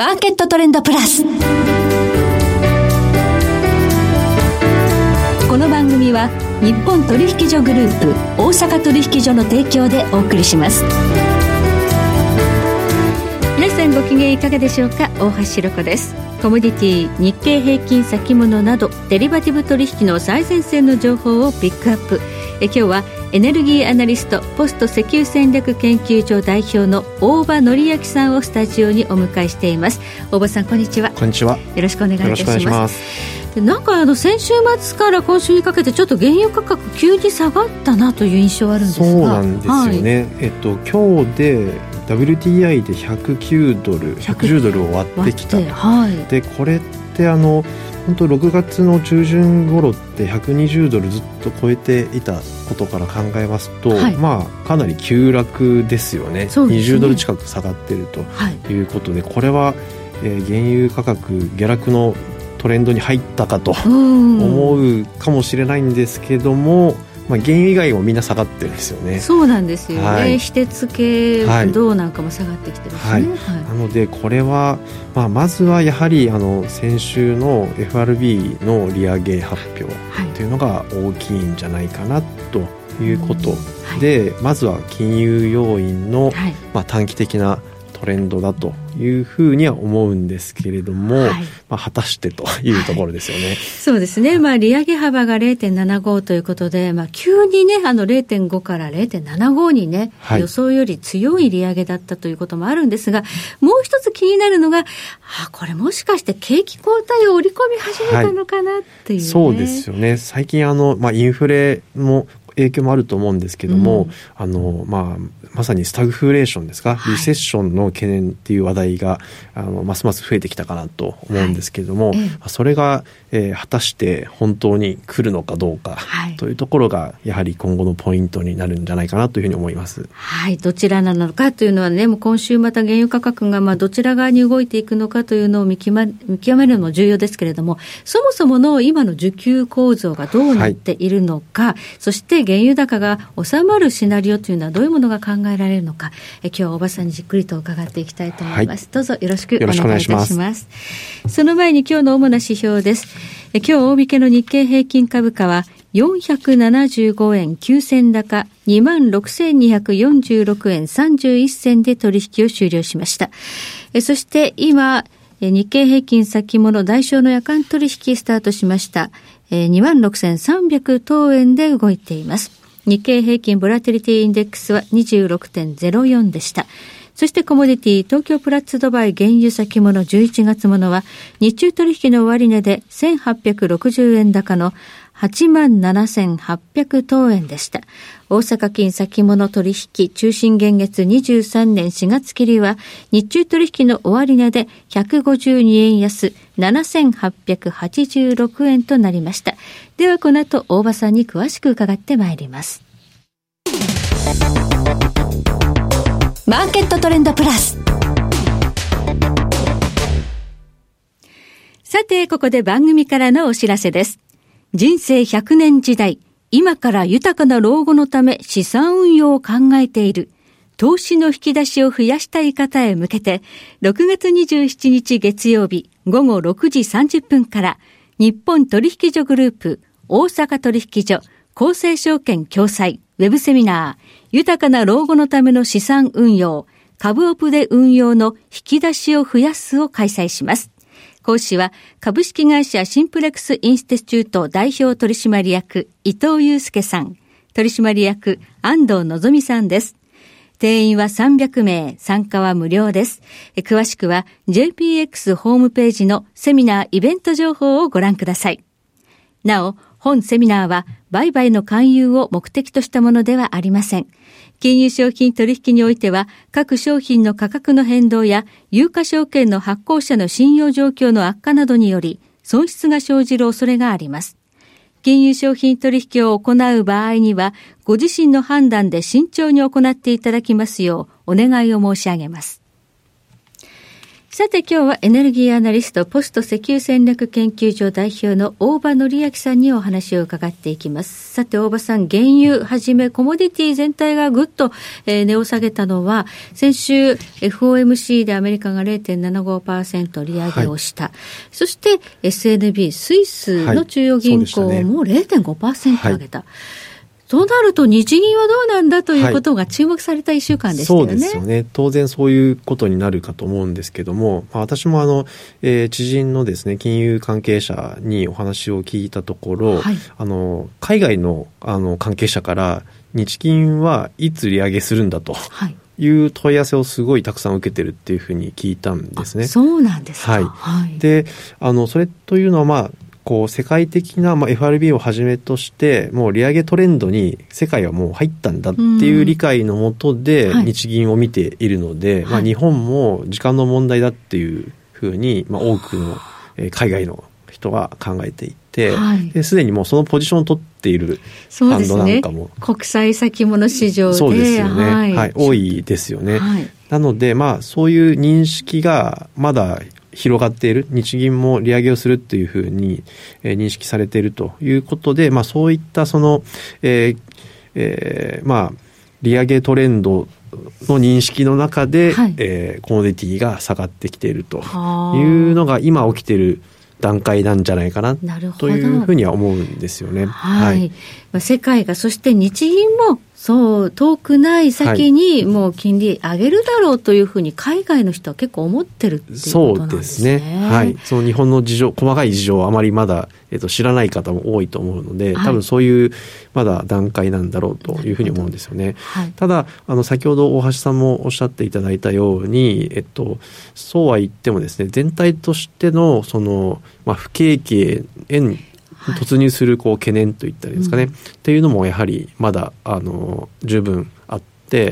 マーケットトレンドプラス。この番組は日本取引所グループ大阪取引所の提供でお送りします。皆さんご機嫌いかがでしょうか。大橋ひろ子です。コモディティ、日経平均先物などデリバティブ取引の最前線の情報をピックアップ。今日はエネルギーアナリスト、ポスト石油戦略研究所代表の大場典明さんをスタジオにお迎えしています。大場さん、こんにちは。 こんにちは。 よろしくお願いいたします。で、なんか先週末から今週にかけてちょっと原油価格急に下がったなという印象あるんですが。 そうなんですよね、今日でWTI で109ドル110ドルを割ってきた、でこれって本当6月の中旬頃って120ドルずっと超えていたことから考えますと、かなり急落ですよね。20ドル近く下がっているということで、これは、原油価格下落のトレンドに入ったかと思うかもしれないんですけども、原油以外もみんな下がってるんですよね。そうなんですよね、非鉄系銅なんかも下がってきてるしね、なのでこれは、まずはやはり先週の FRB の利上げ発表というのが大きいんじゃないかなということで、まずは金融要因の、短期的なトレンドだというふうには思うんですけれども、果たしてというところですよね。 そうですね、利上げ幅が 0.75 ということで、急にね0.5 から 0.75 にね、予想より強い利上げだったということもあるんですが、もう一つ気になるのが、これもしかして景気後退を織り込み始めたのかなっていうね。 そうですよね。最近インフレも影響もあると思うんですけども、まさにスタグフレーションですか、リセッションの懸念っていう話題がますます増えてきたかなと思うんですけれども、それが、果たして本当に来るのかどうかというところがやはり今後のポイントになるんじゃないかなというふうに思います。 どちらなのかというのはね、もう今週また原油価格がどちら側に動いていくのかというのを見極めるのも重要ですけれども、そもそもの今の需給構造がどうなっているのか、そして原油高が収まるシナリオというのはどういうものが考えられるのか、今日は大場さんにじっくりと伺っていきたいと思います。どうぞよろしくお願いいたします。その前に今日の主な指標です。今日大引けの日経平均株価は475円9銭高 26,246 円31銭で取引を終了しました。そして今日経平均先物代償の夜間取引スタートしました。26,300 等円で動いています。日経平均ボラティリティインデックスは 26.04 でした。そしてコモディティ東京プラッツドバイ原油先物11月ものは日中取引の終値で1860円高の 87,800 等円でした。大阪金先物取引中心現月23年4月切りは日中取引の終値で152円安 7,886 円となりました。ではこの後大場さんに詳しく伺ってまいります。マーケットトレンドプラス。さてここで番組からのお知らせです。人生100年時代、今から豊かな老後のため資産運用を考えている。投資の引き出しを増やしたい方へ向けて、6月27日月曜日午後6時30分から、日本取引所グループ、大阪取引所、厚生証券共催、ウェブセミナー、豊かな老後のための資産運用、株オプで運用の引き出しを増やすを開催します。講師は株式会社シンプレックスインスティチュート代表取締役伊藤祐介さん、取締役安藤のぞみさんです。定員は300名、参加は無料です。詳しくは JPX ホームページのセミナーイベント情報をご覧ください。なお、本セミナーは売買の勧誘を目的としたものではありません。金融商品取引においては、各商品の価格の変動や有価証券の発行者の信用状況の悪化などにより、損失が生じる恐れがあります。金融商品取引を行う場合には、ご自身の判断で慎重に行っていただきますようお願いを申し上げます。 さて今日はエネルギーアナリストポスト石油戦略研究所代表の大場則明さんにお話を伺っていきます。さて大場さん、原油はじめコモディティ全体がぐっと値を下げたのは、先週 FOMC でアメリカが 0.75% 利上げをした、はい、そして SNB スイスの中央銀行も 0.5% 上げた、はい、となると日銀はどうなんだということが注目された1週間でしたよね。 そうですよね。当然そういうことになるかと思うんですけども、私も知人のですね金融関係者にお話を聞いたところ、はい、海外の関係者から日銀はいつ利上げするんだと、はいいう問い合わせをすごいたくさん受けてるっていうふうに聞いたんですね。 そうなんですか。 はい。はい、で、それというのはこう世界的な、FRB をはじめとしてもう利上げトレンドに世界はもう入ったんだっていう理解のもとで日銀を見ているので、はい、日本も時間の問題だっていうふうに、多くの海外の人は考えていて、はい、ですでにもうそのポジションを取っているファンドなんかも、 国際先物市場でそうですよね、はいはい、多いですよね、はい、なのでそういう認識がまだ広がっている、日銀も利上げをするっていうふうに認識されているということで、そういったその、利上げトレンドの認識の中で、はい、コモディティが下がってきているというのが今起きている段階なんじゃないかなというふうには思うんですよね。 はい。世界が、そして日銀もそう遠くない先にもう金利上げるだろうというふうに海外の人は結構思ってるっていうことなんですね。 そうですね。はい。その日本の事情、細かい事情はあまりまだ、知らない方も多いと思うので、多分そういうまだ段階なんだろうというふうに思うんですよね。はい、ただ先ほど大橋さんもおっしゃっていただいたように、そうは言ってもですね、全体としてのその、不景気へ突入する懸念といったらいいですかね、っていうのもやはりまだ十分あって、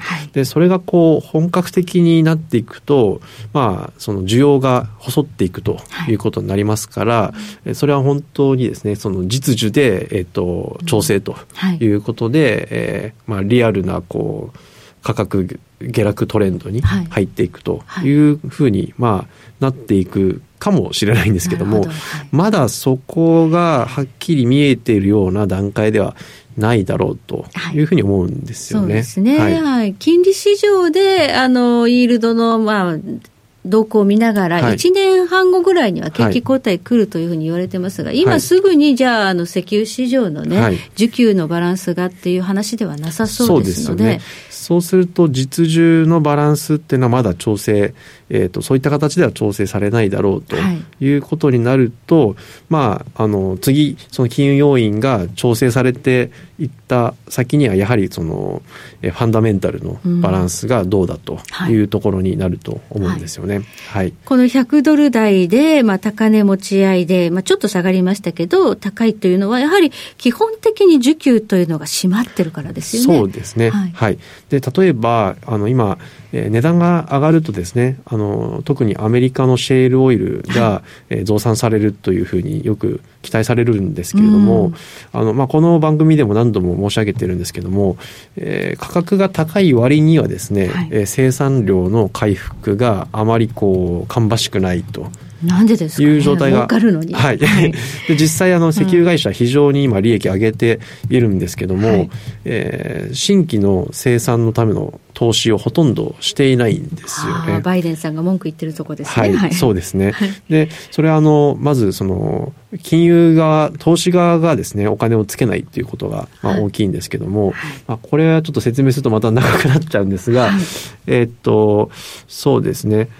はい、でそれが本格的になっていくと、その需要が細っていくということになりますから、はい、それは本当にですね、その実需で、調整ということで、リアルな価格下落トレンドに入っていくというふうに、なっていくかもしれないんですけども、まだそこがはっきり見えているような段階ではないだろうというふうに思うんですよね。 そうですね。はい。金利市場でイールドの動向を見ながら1年半後ぐらいには景気後退来るというふうに言われてますが、今すぐにじゃあ石油市場のね、需給のバランスがっていう話ではなさそうですので、 そうですよね。そうすると実需のバランスっていうのはまだ調整、そういった形では調整されないだろうということになると、次その金融要因が調整されていった先にはやはりそのファンダメンタルのバランスがどうだというところになると思うんですよね。はい。 この100ドル台で、高値持ち合いで、ちょっと下がりましたけど高いというのはやはり基本的に需給というのが締まってるからですよね。 そうですね。はい。で例えば今値段が上がるとですね、特にアメリカのシェールオイルが増産されるというふうによく期待されるんですけれども、この番組でも何度も申し上げてるんですけども、価格が高い割にはですね、生産量の回復があまり芳しくないと。 なんでですかね、 いう状態が、 儲かるのに。 はい。で実際石油会社は非常に今利益上げているんですけども、新規の生産のための投資をほとんどしていないんですよね。 バイデンさんが文句言ってるとこですね。 はい、そうですね。でそれはまずその金融側、投資側がですねお金をつけないっていうことが大きいんですけども、これはちょっと説明するとまた長くなっちゃうんですが、そうですね。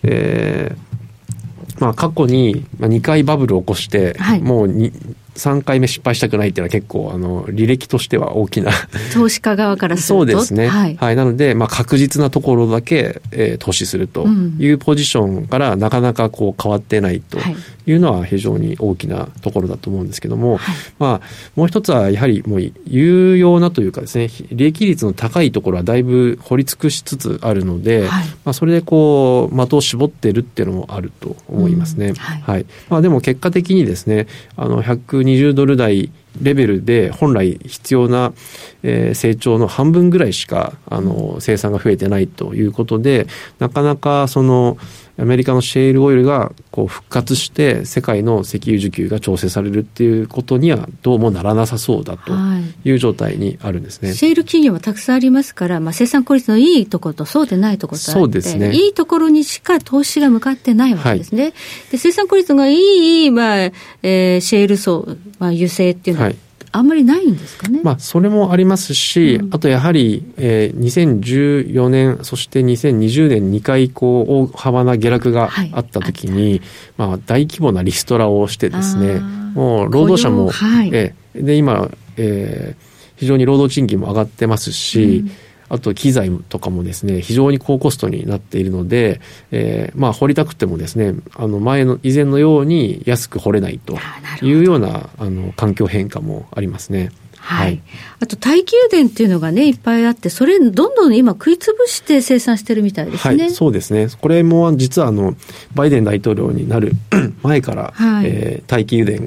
過去に2回バブルを起こして、もう3回目失敗したくないっていうのは結構履歴としては大きな投資家側からするとそうですね、はいなので、確実なところだけ、投資するというポジションからなかなか変わってないというのは非常に大きなところだと思うんですけども、もう一つはやはりもう有用なというかですね、利益率の高いところはだいぶ掘り尽くしつつある的で、それで的を絞っているっていうのもあると思いますね。でも結果的にですね、120ドル台レベルで本来必要な、成長の半分ぐらいしか生産が増えてないということで、なかなかその、 アメリカのシェールオイルがこう復活して世界の石油需給が調整されるっていうことにはどうもならなさそうだという状態にあるんですね。 シェール企業はたくさんありますから、生産効率のいいところとそうでないところとあって、そうですね、いいところにしか投資が向かってないわけですね。で、生産効率がいい、シェール層、油性っていうのは、あんまりないんですかね。 それもありますし、あとやはり、2014年そして2020年2回大幅な下落があったときに、大規模なリストラをしてですね、もう労働者も、で今、非常に労働賃金も上がってますし、あと機材とかもですね非常に高コストになっているので、掘りたくてもですね以前のように安く掘れないというような環境変化もありますね。 はい。あと大気油田っていうのがねいっぱいあって、それどんどん今食いつぶして生産してるみたいですね。 はい、そうですね。これも実はバイデン大統領になる前から、大気油田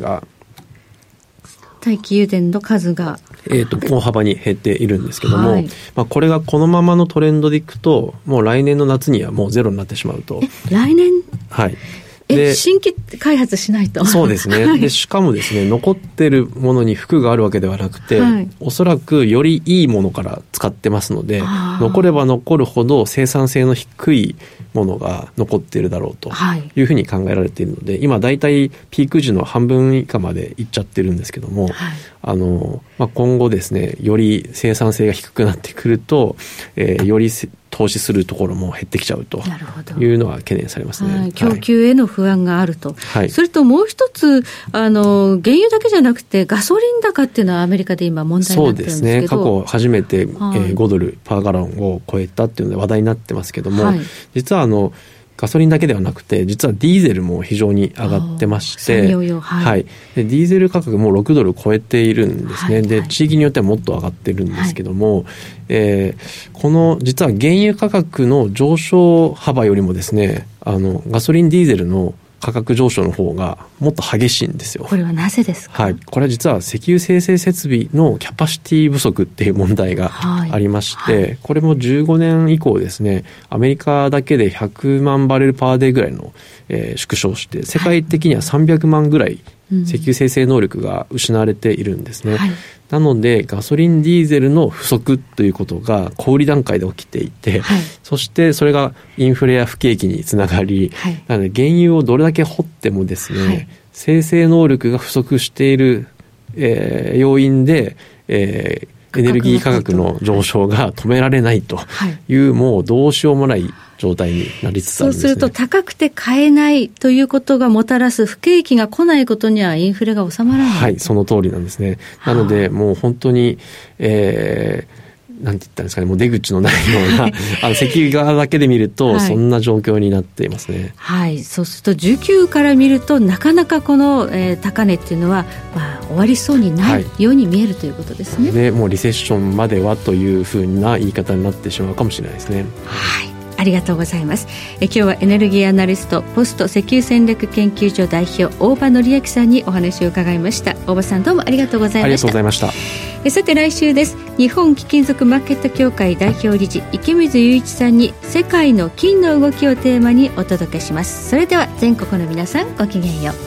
の数が大幅に減っているんですけども、これがこのままのトレンドでいくともう来年の夏にはもうゼロになってしまうと。 来年？ はい。 新規開発しないと。 そうですね。でしかもですね残ってるものに服があるわけではなくて、おそらくよりいいものから使ってますので、残れば残るほど生産性の低いものが残っているだろうというふうに考えられているので、今だいたいピーク時の半分以下までいっちゃってるんですけども、今後ですねより生産性が低くなってくると、より投資するところも減ってきちゃうというのは懸念されますね。 供給への不安があると、それともう一つ原油だけじゃなくてガソリン高っていうのはアメリカで今問題になってるんですけど、そうですね、 過去初めて、5ドルパーガロンを超えたっていうので話題になってますけども、実はガソリンだけではなくて実はディーゼルも非常に上がってまして、でディーゼル価格も6ドル超えているんですね。で地域によってはもっと上がってるんですけども、この実は原油価格の上昇幅よりもですねガソリンディーゼルの価格上昇の方がもっと激しいんですよ。 これはなぜですか？ これは実は石油精製設備のキャパシティ不足っていう問題がありまして、これも15年以降ですねアメリカだけで100万バレルパーデーぐらいの、縮小して世界的には300万ぐらい石油精製能力が失われているんですね。なのでガソリンディーゼルの不足ということが小売段階で起きていて、そしてそれがインフレや不景気につながり、なので原油をどれだけ掘ってもですね、生成能力が不足している、要因で、エネルギー価格の上昇が止められないという、もうどうしようもない状態になりつつあるんですね。 そうすると高くて買えないということがもたらす不景気が来ないことにはインフレが収まらない。 その通りなんですね。なのでもう本当に、なんて言ったんですかね、もう出口のないような石油側だけで見るとそんな状況になっていますね。 そうすると需給から見るとなかなかこの、高値っていうのは、終わりそうにないように見えるということですね。 でもうリセッションまではというふうな言い方になってしまうかもしれないですね。 ありがとうございます。今日はエネルギーアナリストポスト石油戦略研究所代表大場紀明さんにお話を伺いました。大場さんどうもありがとうございました。 ありがとうございました。 さて来週です。日本貴金属マーケット協会代表理事池水雄一さんに世界の金の動きをテーマにお届けします。それでは全国の皆さんごきげんよう。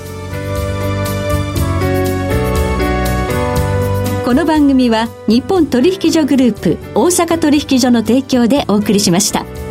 この番組は日本取引所グループ大阪取引所の提供でお送りしました。